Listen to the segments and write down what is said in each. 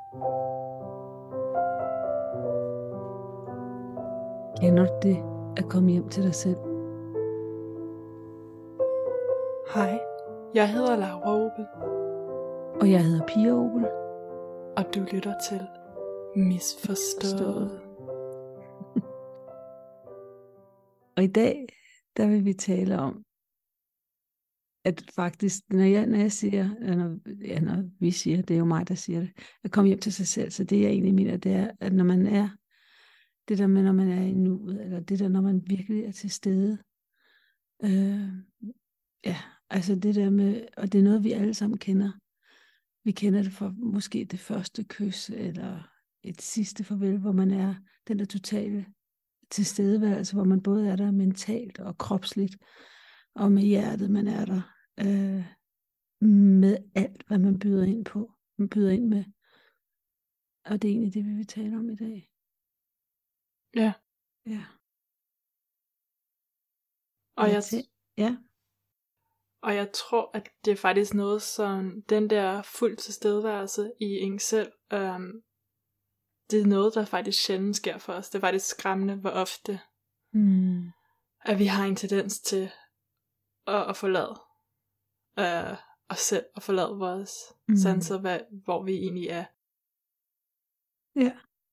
Kender du det at komme hjem til dig selv? Hej, jeg hedder Laura Opel, Og jeg hedder Pia Opel. og du lytter til Misforstået. Og i dag, der vil vi tale om, at faktisk, når jeg siger, når vi siger, det er jo mig, der siger det, at komme hjem til sig selv, så det jeg egentlig mener, det er, at når man er, det der med, når man er i nuet, eller det der, når man virkelig er til stede, ja, altså det der med, og det er noget, vi alle sammen kender. Vi kender det fra måske det første kys, eller et sidste farvel, hvor man er den der totale tilstedeværelse, hvor man både er der mentalt og kropsligt, og med hjertet, man er der, med alt, hvad man byder ind på, man byder ind med. Og det er egentlig det, vi vil tale om i dag. Ja, Ja. og Ja. og jeg tror, at det er faktisk noget, som den der fuld tilstedeværelse i en selv, det er noget, der faktisk sjældent sker for os. Det er faktisk skræmmende, hvor ofte, at vi har en tendens til at forlade os selv, og forlade vores sanser, hvor vi egentlig er. Ja.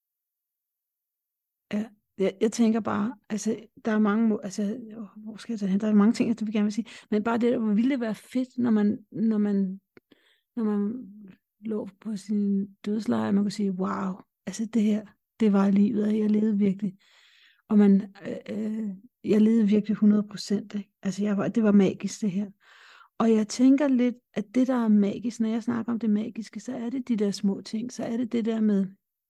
Ja. Jeg tænker bare, altså, der er mange, altså, hvor skal jeg tage hen? Der er mange ting, jeg vil gerne vil sige, men bare det, hvor ville det være fedt, når man lå på sin dødsleje, man kunne sige, wow, altså det her, det var livet, og jeg levede virkelig, og jeg levede virkelig 100%, ikke? Altså det var magisk det her. Og jeg tænker lidt, at det der er magisk, når jeg snakker om det magiske, så er det de der små ting, så er det det der med,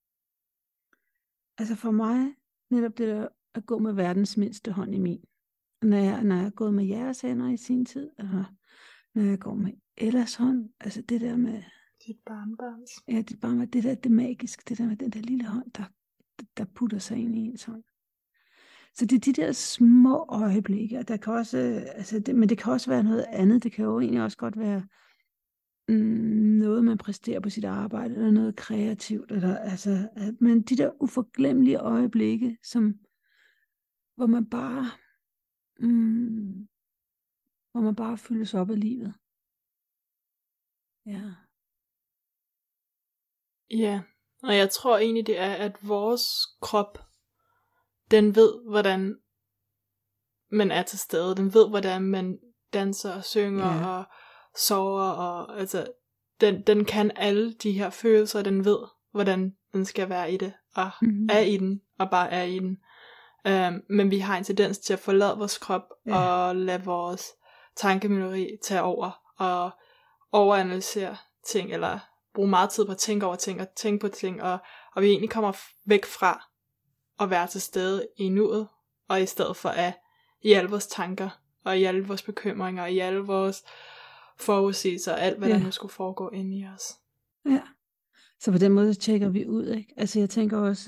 altså for mig, netop det der at gå med verdens mindste hånd i min. Når jeg er gået med jeres hænder i sin tid, eller når jeg går med Ellas hånd, altså det der med Dit barnbarns. ja, det er bare med det der, det magiske, det der med den der lille hånd, der putter sig ind i ens hånd. Så det er de der små øjeblikke, og der kan også, men det kan også være noget andet. Det kan jo egentlig også godt være noget, man præsterer på sit arbejde, eller noget kreativt, men de der uforglemmelige øjeblikke, hvor man bare fyldes op af livet. Ja. Ja, og jeg tror egentlig, det er, at vores krop, den ved, hvordan man er til stede. Den ved, hvordan man danser og synger og sover. Og, altså, den kan alle de her følelser. Den ved, hvordan den skal være i det. Og er i den, og bare er i den. Men vi har en tendens til at forlade vores krop, og lade vores tankemøleri tage over, og overanalysere ting, eller bruge meget tid på at tænke over ting, og tænke på ting, og vi egentlig kommer væk fra at være til stede i nuet, og i stedet for at i alle vores tanker, og i alle vores bekymringer, og i alle vores forudsigelser, og alt hvad der nu skulle foregå inde i os. Ja, så på den måde tjekker vi ud, ikke? Altså jeg tænker også,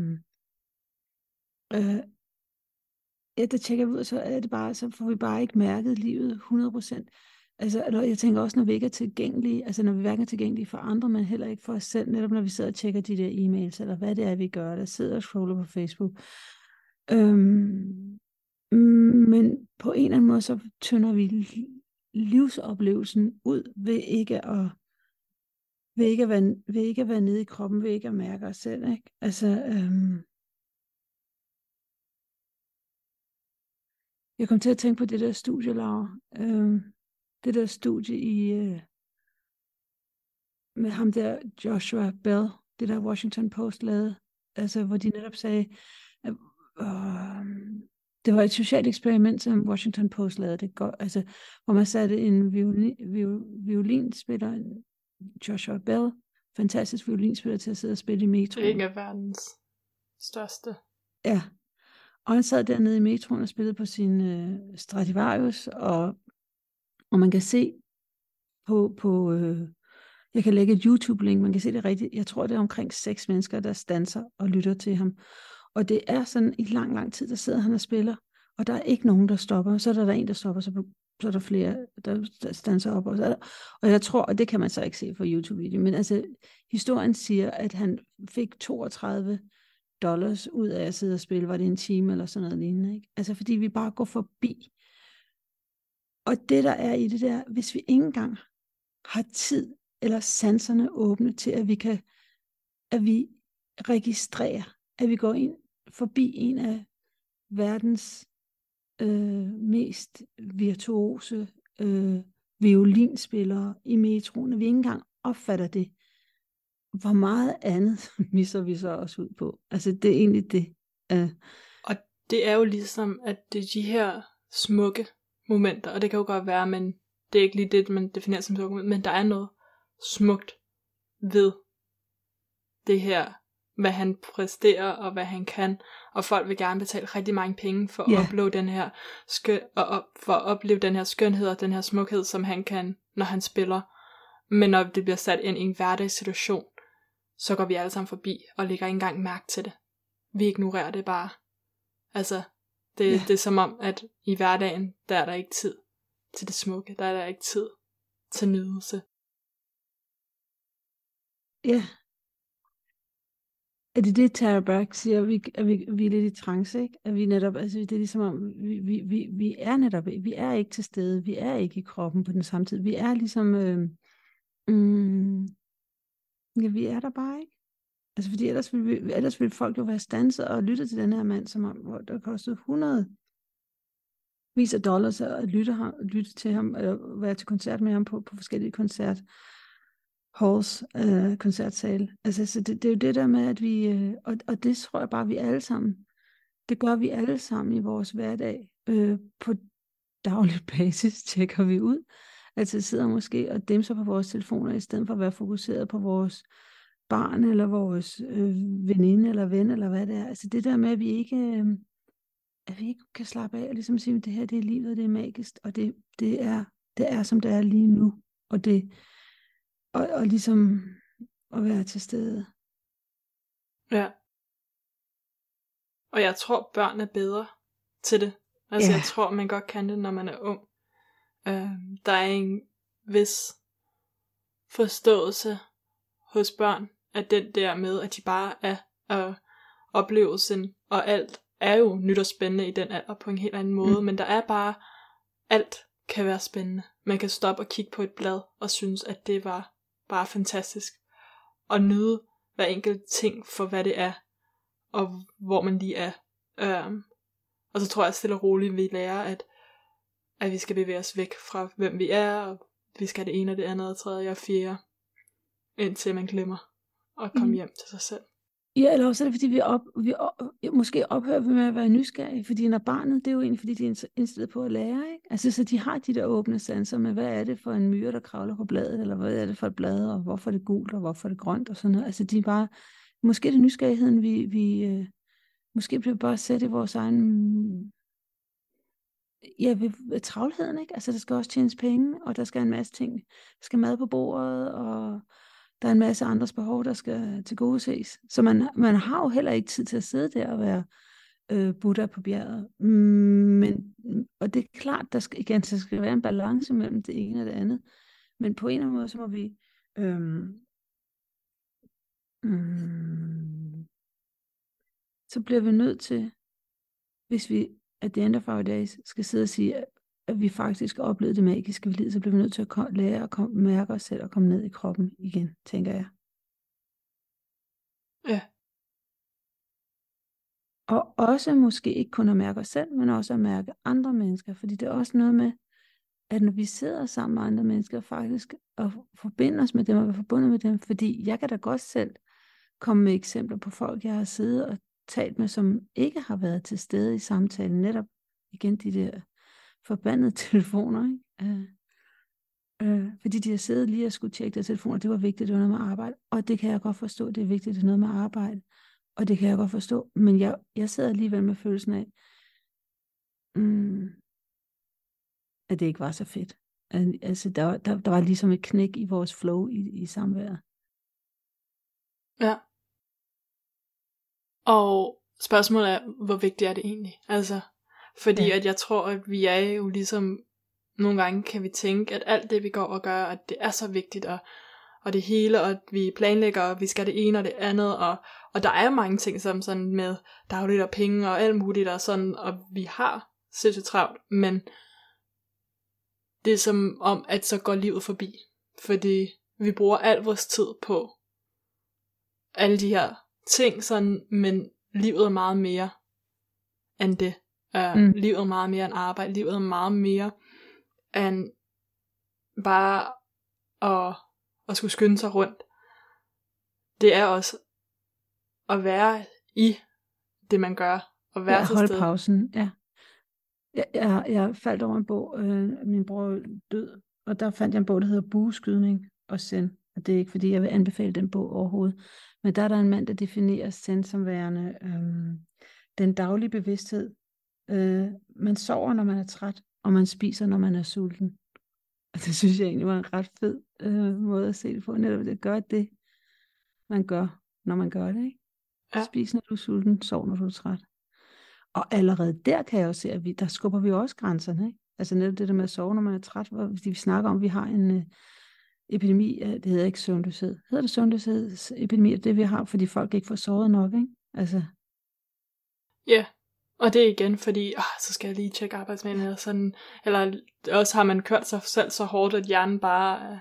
der tjekker vi ud, så er det bare, så får vi bare ikke mærket livet 100%. Altså, eller jeg tænker også, når vi ikke er tilgængelige, altså når vi hverken er tilgængelige for andre, men heller ikke for os selv, netop når vi sidder og tjekker de der e-mails, eller hvad det er, vi gør, der sidder og scroller på Facebook. Men på en eller anden måde, så tynder vi livsoplevelsen ud ved ikke at være nede i kroppen, ved ikke at mærke os selv, ikke? Altså, jeg kom til at tænke på det der studie, Laura. Det der studie med ham der Joshua Bell, det der Washington Post lavede, altså hvor de netop sagde, at det var et socialt eksperiment, som Washington Post lavede, det godt, altså hvor man satte en violinspiller, Joshua Bell, fantastisk violinspiller, til at sidde og spille i metroen. Det er en af verdens største. Ja, og han sad dernede i metroen og spillede på sin Stradivarius, og man kan se på jeg kan lægge et YouTube-link, man kan se det rigtigt. Jeg tror, det er omkring 6 mennesker, der standser og lytter til ham. Og det er sådan i lang, lang tid, der sidder han og spiller, og der er ikke nogen, der stopper. Så er der en, der stopper, så så er der flere, der standser op. Og jeg tror, og det kan man så ikke se på YouTube-video, men altså, historien siger, at han fik $32 ud af at sidde og spille, var det en time eller sådan noget lignende, ikke? Altså, fordi vi bare går forbi. Og det, der er i det der, hvis vi ikke engang har tid eller sanserne åbne til, at vi registrerer, at vi går ind forbi en af verdens mest virtuose violinspillere i metroen, at vi ikke engang opfatter det. Hvor meget andet misser vi så også ud på? Altså, det er egentlig det. Og det er jo ligesom, at det er de her smukke momenter, og det kan jo godt være, men det er ikke lige det, man definerer som smukke, men der er noget smukt ved det her, hvad han præsterer og hvad han kan, og folk vil gerne betale rigtig mange penge for at opleve den her for at opleve den her skønhed og den her smukhed, som han kan, når han spiller. Men når det bliver sat ind i en hverdagssituation, så går vi alle sammen forbi og lægger ikke engang mærke til det. Vi ignorerer det bare. Altså, det er som om, at i hverdagen, der er der ikke tid til det smukke, der er der ikke tid til nydelse. Ja. Er det Tara Brach siger, at vi er lidt i trance, ikke? At vi netop, altså det er ligesom om, vi er netop, vi er ikke til stede, vi er ikke i kroppen på den samme tid. Vi er ligesom, ja, vi er der bare ikke. Altså fordi ellers ville folk jo være standset og lytte til den her mand, som om, hvor der kostede $100 at lytte til ham, eller være til koncert med ham på forskellige koncertsale. Altså så det er jo det der med, at vi, og det tror jeg bare, vi alle sammen, det gør vi alle sammen i vores hverdag, på daglig basis tjekker vi ud. Altså sidder måske og dæmser på vores telefoner, i stedet for at være fokuseret på vores barn, eller vores veninde, eller ven, eller hvad det er. Altså det der med, at vi ikke kan slappe af, og ligesom sige, at det her, det er livet, det er magisk, og det er som det er lige nu, og det og ligesom at være til stede. Ja. Og jeg tror, børn er bedre til det. Altså jeg tror, man godt kan det, når man er ung. Der er en vis forståelse hos børn, at den der med, at de bare er oplevelsen, og alt er jo nyt og spændende i den alder på en helt anden måde, men der er bare, alt kan være spændende. Man kan stoppe og kigge på et blad, og synes, at det var bare fantastisk, og nyde hver enkelt ting for hvad det er, og hvor man lige er. Og så tror jeg stille og roligt, vi lærer, at vi skal bevæge os væk fra, hvem vi er, og vi skal have det ene og det andet og tredje og fjerde, indtil man glemmer at komme hjem til sig selv. Ja, eller også er det, fordi måske ophører vi med at være nysgerrige, fordi når barnet, det er jo egentlig, fordi de er indstillet på at lære, ikke? Altså, så de har de der åbne sanser med, hvad er det for en myre, der kravler på bladet, eller hvad er det for et blad, og hvorfor er det gult, og hvorfor er det grønt, og sådan noget. Altså, de er bare, måske er det nysgerrigheden, vi måske bliver bare sat i vores egen, ved travlheden, ikke? Altså, der skal også tjenes penge, og der skal en masse ting, der skal mad på bordet, og der er en masse andres behov, der skal tilgodeses. Så man har jo heller ikke tid til at sidde der og være Buddha på bjerget. Og det er klart, der skal være en balance mellem det ene og det andet. Men på en eller anden måde, så må vi så bliver vi nødt til, hvis vi at the end of our days skal sidde og sige, at vi faktisk oplevede det magiske ved livet, så bliver vi nødt til at lære at mærke os selv og komme ned i kroppen igen, tænker jeg. Ja. Og også måske ikke kun at mærke os selv, men også at mærke andre mennesker, fordi det er også noget med, at når vi sidder sammen med andre mennesker, faktisk at forbinde os med dem og være forbundet med dem, fordi jeg kan da godt selv komme med eksempler på folk, jeg har siddet og talt med, som ikke har været til stede i samtalen, netop igen de der forbandede telefoner, ikke? Fordi de har siddet lige og skulle tjekke deres telefoner, det var vigtigt, det var noget med arbejde, og det kan jeg godt forstå, det er vigtigt, det er noget med arbejde, og det kan jeg godt forstå, men jeg sidder alligevel med følelsen af, at det ikke var så fedt. Altså, der var ligesom et knæk i vores flow i samværet. Ja. Og spørgsmålet er, hvor vigtigt er det egentlig? Altså, fordi at jeg tror, at vi er jo ligesom nogle gange kan vi tænke, at alt det vi går og gør, at det er så vigtigt, og det hele, og at vi planlægger, og vi skal det ene og det andet, og der er mange ting som sådan med dagligt og penge og alt muligt og sådan, og vi har sindssygt travlt, men det er som om, at så går livet forbi, fordi vi bruger al vores tid på alle de her ting, sådan, men livet er meget mere end det. Livet er meget mere end arbejde, livet er meget mere end bare at skulle skynde sig rundt. Det er også at være i det, man gør, og være til holde stede. pausen, ja. Jeg faldt over en bog, min bror død, og der fandt jeg en bog, der hedder Bueskydning og Zen. Og det er ikke, fordi jeg vil anbefale den bog overhovedet. Men der er en mand, der definerer Zen som værende den daglige bevidsthed. Man sover, når man er træt, og man spiser, når man er sulten. Og det synes jeg egentlig var en ret fed måde at se det på. Netop det gør det, man gør, når man gør det, ikke? Ja. Spis, når du er sulten, sov, når du er træt. Og allerede der kan jeg også se, at der skubber vi også grænserne, ikke? Altså netop det der med at sove, når man er træt, fordi vi snakker om, at vi har en epidemi, det hedder ikke søvnløshed. Hedder det søvnløshedsepidemi, det vi har, fordi folk ikke får sovet nok, ikke? Altså. Ja, og det er igen, fordi, så skal jeg lige tjekke arbejdsmænd, eller sådan, eller også har man kørt sig selv så hårdt, at hjernen bare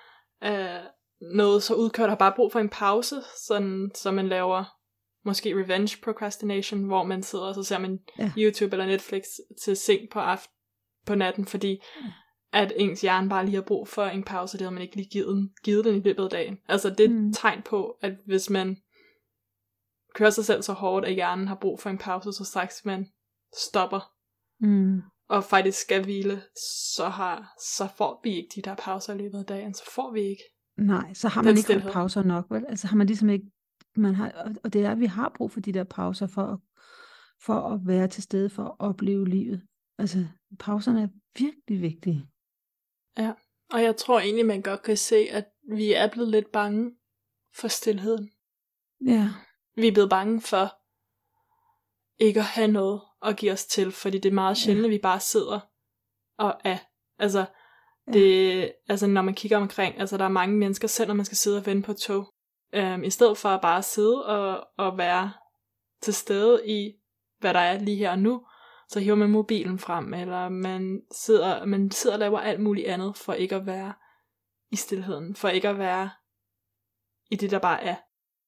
noget så udkørt, har bare brug for en pause, sådan, så man laver måske revenge procrastination, hvor man sidder, og så ser man YouTube eller Netflix til seng på natten, fordi at ens hjerne bare lige har brug for en pause, det har man ikke lige givet den i løbet af dagen. Altså det er et tegn på, at hvis man kører sig selv så hårdt, at hjernen har brug for en pause, så straks man stopper og faktisk skal hvile, så får vi ikke de der pauser i løbet af dagen, så får vi ikke. Nej, så har man ikke holdt pauser nok, vel? Altså har man ligesom ikke, og det er, at vi har brug for de der pauser for at være til stede, for at opleve livet. Altså pauserne er virkelig vigtige. Ja, og jeg tror egentlig, man godt kan se, at vi er blevet lidt bange for stilheden. Ja. Vi er blevet bange for ikke at have noget at give os til, fordi det er meget sjældent, at vi bare sidder og er. Altså, altså når man kigger omkring, altså der er mange mennesker, selv når man skal sidde og vente på et tog, i stedet for at bare sidde og være til stede i, hvad der er lige her og nu, så hiver man mobilen frem, eller man sidder og laver alt muligt andet, for ikke at være i stilheden, for ikke at være i det, der bare er.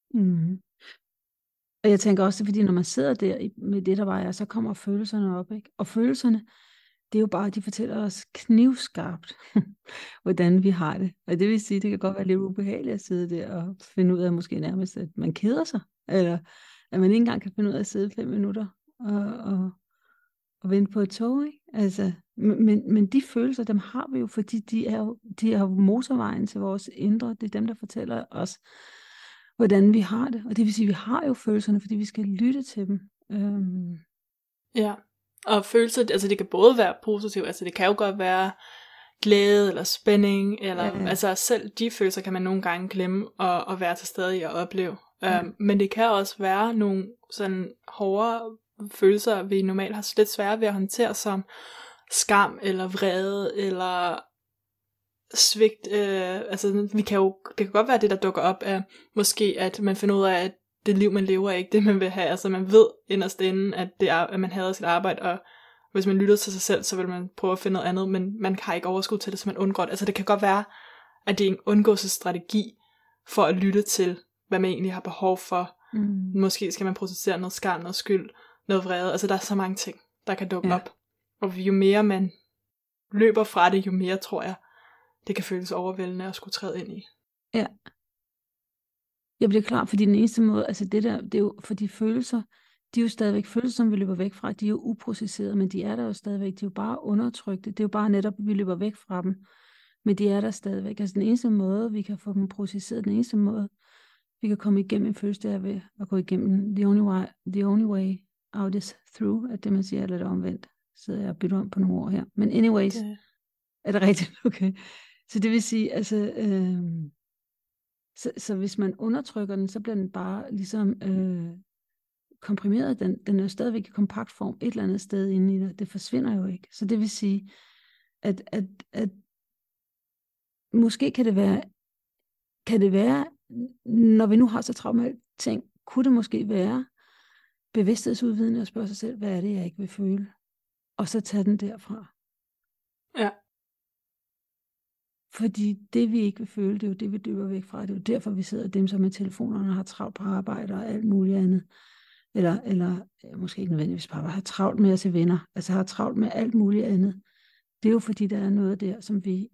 Og jeg tænker også, fordi når man sidder der med det, der bare er, så kommer følelserne op, ikke? Og følelserne, det er jo bare, de fortæller os knivskarpt, hvordan vi har det. Og det vil sige, det kan godt være lidt ubehageligt at sidde der og finde ud af, måske nærmest, at man keder sig, eller at man ikke engang kan finde ud af at sidde 5 minutter og vente på et tog, ikke? Altså, men de følelser, dem har vi jo, fordi de er jo motorvejen til vores indre. Det er dem, der fortæller os, hvordan vi har det. Og det vil sige, vi har jo følelserne, fordi vi skal lytte til dem. Ja, og følelser, altså det kan både være positivt, altså det kan jo godt være glæde eller spænding, eller altså selv de følelser kan man nogle gange glemme at være til stede i og opleve. Men det kan også være nogle sådan hårdere følelser, vi normalt har lidt svære ved at håndtere, som skam eller vrede eller svigt. Altså det kan godt være det, der dukker op af måske, at man finder ud af, at det liv, man lever, er ikke det, man vil have. Altså man ved inderst inde, at man hader sit arbejde, og hvis man lytter til sig selv, så vil man prøve at finde noget andet, men man har ikke overskud til det, så man undgår det. Altså det kan godt være, at det er en undgåelsesstrategi for at lytte til, hvad man egentlig har behov for. Måske skal man processere noget skam, noget skyld, noget vrede. Altså der er så mange ting, der kan dukke op. Og jo mere man løber fra det, jo mere tror jeg, det kan føles overvældende at skulle træde ind i. Ja. Jeg bliver klar, fordi den eneste måde, altså det er jo, for de følelser, de er jo stadigvæk følelser, som vi løber væk fra. De er jo uprocesserede, men de er der jo stadigvæk. De er jo bare undertrykte. Det er jo bare netop, at vi løber væk fra dem. Men de er der stadigvæk. Altså den eneste måde, vi kan få dem processeret, den eneste måde, vi kan komme igennem en følelse, det er ved at gå igennem the only way out is through, at det man siger er lidt omvendt. Så jeg bytter om på nogle ord her. Men anyways, er det rigtigt? Okay. Så det vil sige, altså, så hvis man undertrykker den, så bliver den bare ligesom komprimeret. Den er jo stadigvæk i kompakt form et eller andet sted inde i det. Det forsvinder jo ikke. Så det vil sige, at måske kan det være, når vi nu har så travlt med ting, kunne det måske være bevidsthedsudvidende at spørge sig selv, hvad er det, jeg ikke vil føle? Og så tage den derfra. Ja. Fordi det, vi ikke vil føle, det er jo det, vi dyber væk fra. Det er jo derfor, vi sidder dem, som med telefonerne og har travlt på arbejde og alt muligt andet. Eller måske ikke nødvendigvis bare har travlt med at se venner. Altså har travlt med alt muligt andet. Det er jo fordi, der er noget der, som vi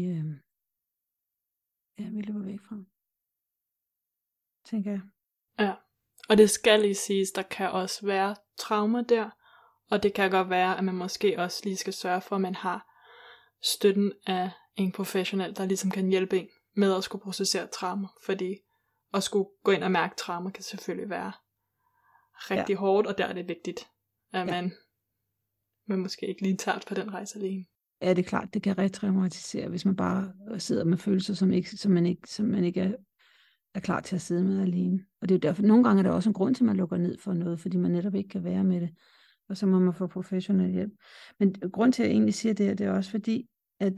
løber væk fra. Tænker jeg. Ja, og det skal lige siges, der kan også være traumer der, og det kan godt være, at man måske også lige skal sørge for, at man har støtten af en professionel, der ligesom kan hjælpe en med at skulle processere traumer, fordi at skulle gå ind og mærke traumer kan selvfølgelig være rigtig hårdt, og der er det vigtigt, at man måske ikke lige tager på den rejse alene. Ja, det er klart, det kan retraumatisere, hvis man bare sidder med følelser, som man ikke er klar til at sidde med alene. Og det er jo derfor, nogle gange er der også en grund til, at man lukker ned for noget, fordi man netop ikke kan være med det. Og så må man få professionel hjælp. Men grund til, at jeg egentlig siger det er også fordi, at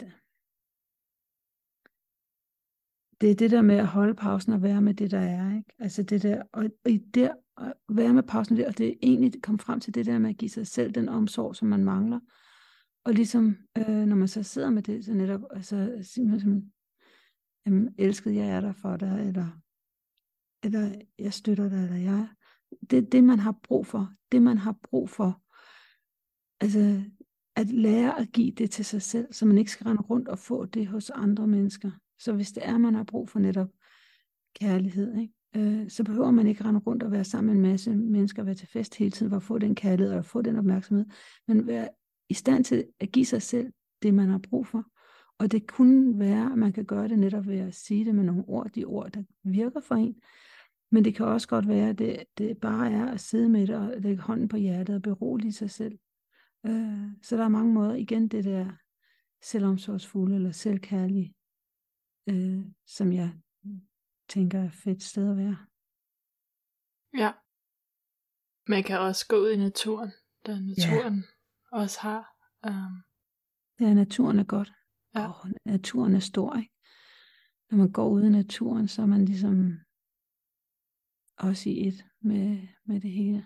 det er det der med at holde pausen og være med det, der er. Ikke? Altså det der, og i der, at være med pausen der, og det er egentlig komme frem til det der med at give sig selv den omsorg, som man mangler. Og ligesom, når man så sidder med det, så netop, altså simpelthen, elskede, jeg er der for dig, eller jeg støtter dig, eller jeg. Det er det, man har brug for. Det, man har brug for. Altså, at lære at give det til sig selv, så man ikke skal rende rundt og få det hos andre mennesker. Så hvis det er, man har brug for netop kærlighed, ikke? Så behøver man ikke rende rundt og være sammen med en masse mennesker, og være til fest hele tiden, for at få den kærlighed, og få den opmærksomhed. Men være i stand til at give sig selv det, man har brug for. Og det kunne være, at man kan gøre det netop ved at sige det med nogle ord, de ord, der virker for en. Men det kan også godt være, at det bare er at sidde med det og lægge hånden på hjertet og berolige sig selv. Så der er mange måder, igen det der selvomsorgsfulde eller selvkærlige, som jeg tænker er et fedt sted at være. Ja. Man kan også gå ud i naturen, da naturen også har. Ja, naturen er godt. Ja. Og naturen er stor, ikke? Når man går ud i naturen, så er man ligesom også i et med det hele.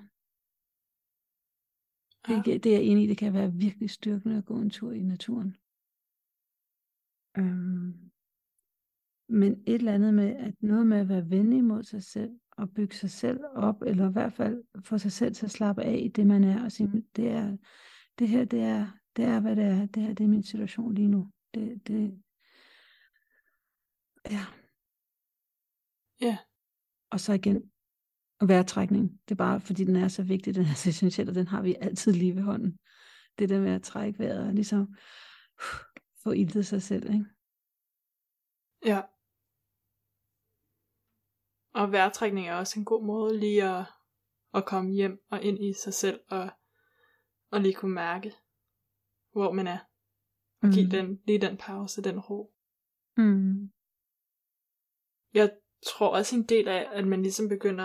Ja. Det er jeg enig i, det kan være virkelig styrkende at gå en tur i naturen. Men et eller andet med, at noget med at være venlig mod sig selv, og bygge sig selv op, eller i hvert fald få sig selv til at slappe af i det, man er, og sige, det er, hvad det er, det her, det er min situation lige nu. Ja. Ja. Og så igen, vejrtrækning. Det er bare, fordi den er så vigtig, den er så essentiel, og den har vi altid lige ved hånden. Det der med at trække vejret, og ligesom få iltet sig selv, ikke? Ja. Og vejrtrækning er også en god måde lige at komme hjem og ind i sig selv, og lige kunne mærke, hvor man er. Og give lige den pause, den ro. Mm. Jeg tror også en del af, at man ligesom begynder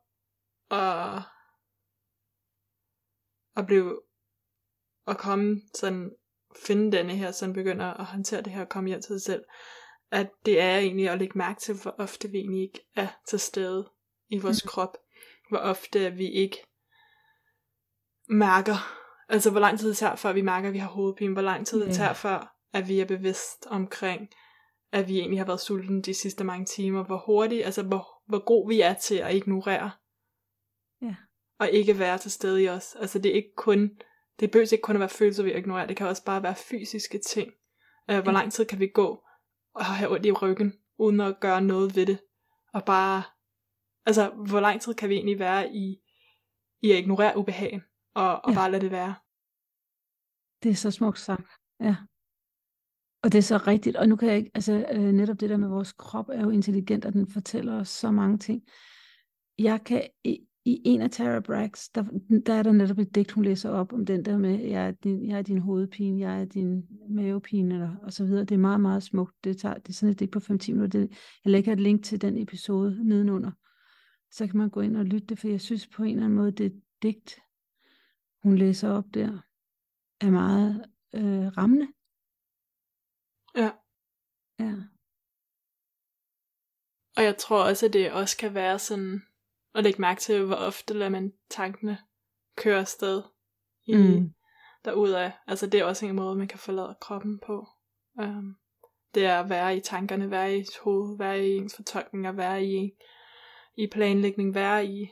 at blive, at komme sådan, finde denne her, sådan begynder at håndtere det her, og komme hjem til sig selv, at det er egentlig at lægge mærke til, hvor ofte vi egentlig ikke er til stede i vores krop, hvor ofte vi ikke mærker, altså hvor lang tid det tager, før vi mærker, at vi har hovedpine, hvor lang tid det tager, før at vi er bevidst omkring, at vi egentlig har været sultne de sidste mange timer, hvor hurtigt, altså hvor god vi er til at ignorere, og ikke være til stede i os. Altså det er ikke kun, det behøver ikke kun at være følelser, vi ignorerer, det kan også bare være fysiske ting. Hvor lang tid kan vi gå og have ondt i ryggen, uden at gøre noget ved det, og bare, altså hvor lang tid kan vi egentlig være i at ignorere ubehagen, og bare lade det være. Det er så smukt sagt, ja. Og det er så rigtigt, og nu kan jeg ikke, altså netop det der med vores krop er jo intelligent, og den fortæller os så mange ting. Jeg kan, i en af Tara Brach's, der er der netop et digt, hun læser op om den der med, jeg er din hovedpine, jeg er din mavepine, eller, og så videre. Det er meget, meget smukt. Det er sådan et digt på 5-10 minutter. Jeg lægger et link til den episode nedenunder. Så kan man gå ind og lytte det, for jeg synes på en eller anden måde, det digt, hun læser op der, er meget rammende. Ja. Ja. Og jeg tror også, at det også kan være sådan, at lægge mærke til, hvor ofte lader man tankene køre afsted derudad. Altså det er også en måde, man kan forlade kroppen på. Det er at være i tankerne, være i ens hoved, være i ens fortolkninger, være i planlægning, være i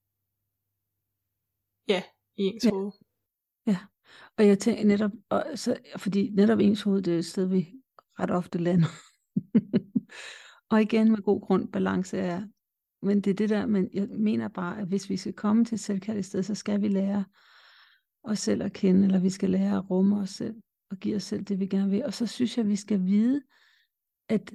ens hoved. Ja, og jeg tænker netop, fordi netop ens hoved, det er et sted, vi ret ofte lander. Og igen med god grund, balance er, men det er det der, men jeg mener bare, at hvis vi skal komme til et selvkærligt sted, så skal vi lære os selv at kende, eller vi skal lære at rumme os selv, og give os selv det, vi gerne vil. Og så synes jeg, vi skal vide, at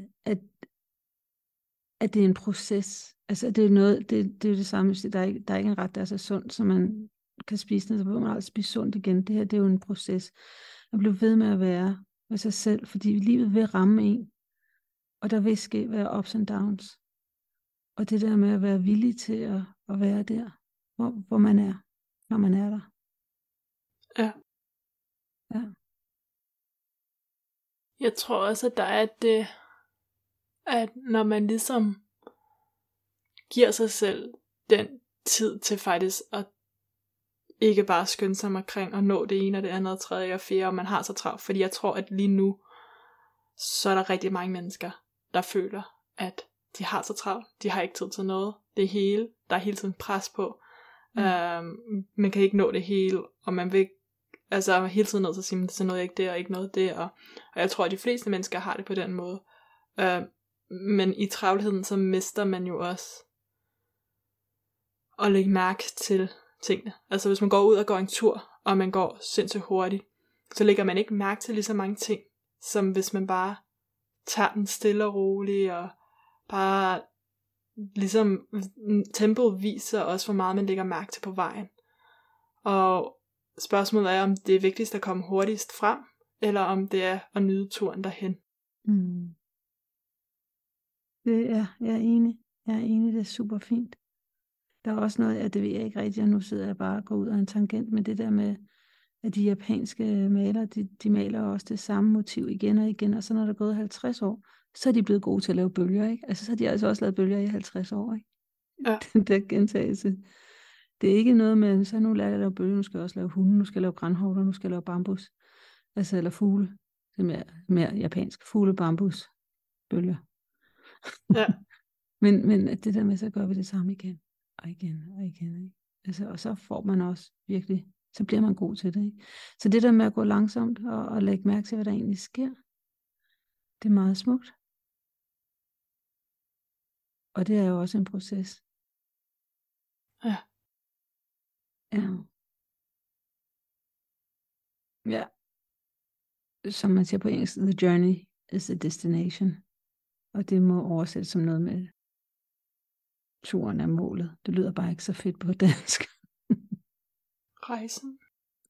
det er en proces. Altså det er noget, det er jo det samme, der er ikke en ret, der er så sund, som man kan spise den, så behøver man aldrig spise sundt igen. Det her, det er jo en proces. At blive ved med at være med sig selv, fordi livet vil ramme en, og der vil ske være ups and downs. Og det der med at være villig til at være der, hvor man er, når man er der. Ja. Ja. Jeg tror også, at der er det, at når man ligesom giver sig selv den tid til faktisk at ikke bare skynde sig omkring og nå det ene og det andet og tredje og fjerde, og man har så travlt. Fordi jeg tror, at lige nu, så er der rigtig mange mennesker, der føler, at de har så travlt. De har ikke tid til noget. Det hele, der er hele tiden pres på. Man kan ikke nå det hele, og man vil altså hele tiden nødt til at sige, så nåede jeg ikke det, og ikke noget det. Og jeg tror, at de fleste mennesker har det på den måde. Men i travlheden, så mister man jo også at lægge mærke til tingene. Altså hvis man går ud og går en tur, og man går sindssygt hurtigt, så lægger man ikke mærke til lige så mange ting, som hvis man bare tager den stille og roligt, og bare ligesom tempoet viser også, hvor meget man lægger mærke til på vejen. Og spørgsmålet er, om det er vigtigst at komme hurtigst frem, eller om det er at nyde turen derhen. Jeg er enig. Det er super fint. Der er også noget af det, ved jeg ikke rigtigt, og nu sidder jeg bare og går ud af en tangent med det der med, at de japanske malere, de maler også det samme motiv igen og igen, og så når der er gået 50 år, så er de blevet gode til at lave bølger, ikke? Altså så har de altså også lavet bølger i 50 år, ikke? Ja. Den der gentagelse. Det er ikke noget med, så nu lærer jeg at lave bølger, nu skal jeg også lave hunde, nu skal jeg lave granhoveder, nu skal jeg lave bambus. Altså, eller fugle. Det er mere japansk. Fugle, bambus, bølger. Ja. men det der med, så gør vi det samme igen, og igen, og igen, ikke? Altså, og så får man også virkelig, så bliver man god til det, ikke? Så det der med at gå langsomt, og lægge mærke til, hvad der egentlig sker, det er meget smukt. Og det er jo også en proces. Ja. Ja. Som man siger på engelsk, the journey is a destination. Og det må oversættes som noget med turen er målet. Det lyder bare ikke så fedt på dansk. Rejsen.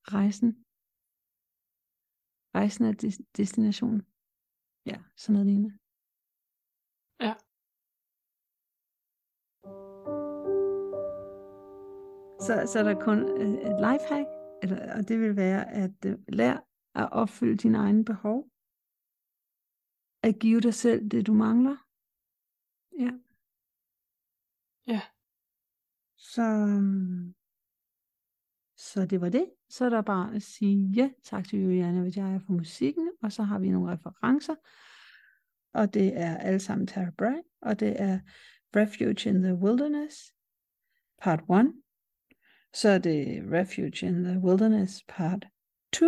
Rejsen er destinationen. Ja, sådan noget lignende. Ja. Så er der kun et lifehack, og det vil være at lære at opfylde dine egne behov. At give dig selv det, du mangler. Ja. Ja. Så det var det. Så er der bare at sige ja, tak til Juliane Vijaya for musikken, og så har vi nogle referencer, og det er alle sammen Tara Brach, og det er Refuge in the Wilderness, part 1, så er det Refuge in the Wilderness, part 2,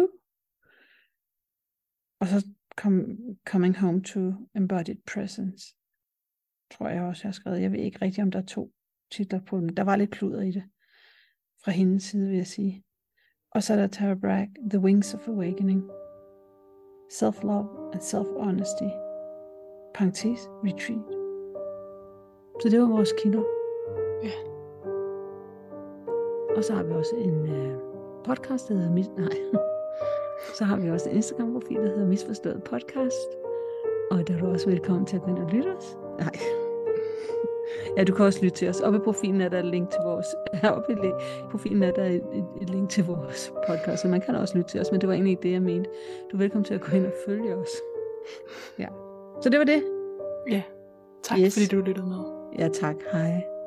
og så Coming Home to Embodied Presence, tror jeg også, jeg har skrevet. Jeg ved ikke rigtig, om der er 2 titler på den. Der var lidt kluder i det, fra hendes side, vil jeg sige. Og så er der Tara Brach, The Wings of Awakening, Self-Love and Self-Honesty, parentes, Retreat. Så det var vores kilder. Ja. Og så har vi også en podcast, der hedder Så har vi også en Instagram-profil, der hedder Misforstået Podcast. Og der er du også velkommen til at gå ind og lytte os. Nej. Ja, du kan også lytte til os. Oppe i profilen er der et link til vores... Oppe i profilen er der et link til vores podcast, så man kan også lytte til os, men det var egentlig ikke det, jeg mente. Du er velkommen til at gå ind og følge os. Ja. Så det var det. Ja, tak Yes. fordi du lyttede med. Ja, tak. Hej.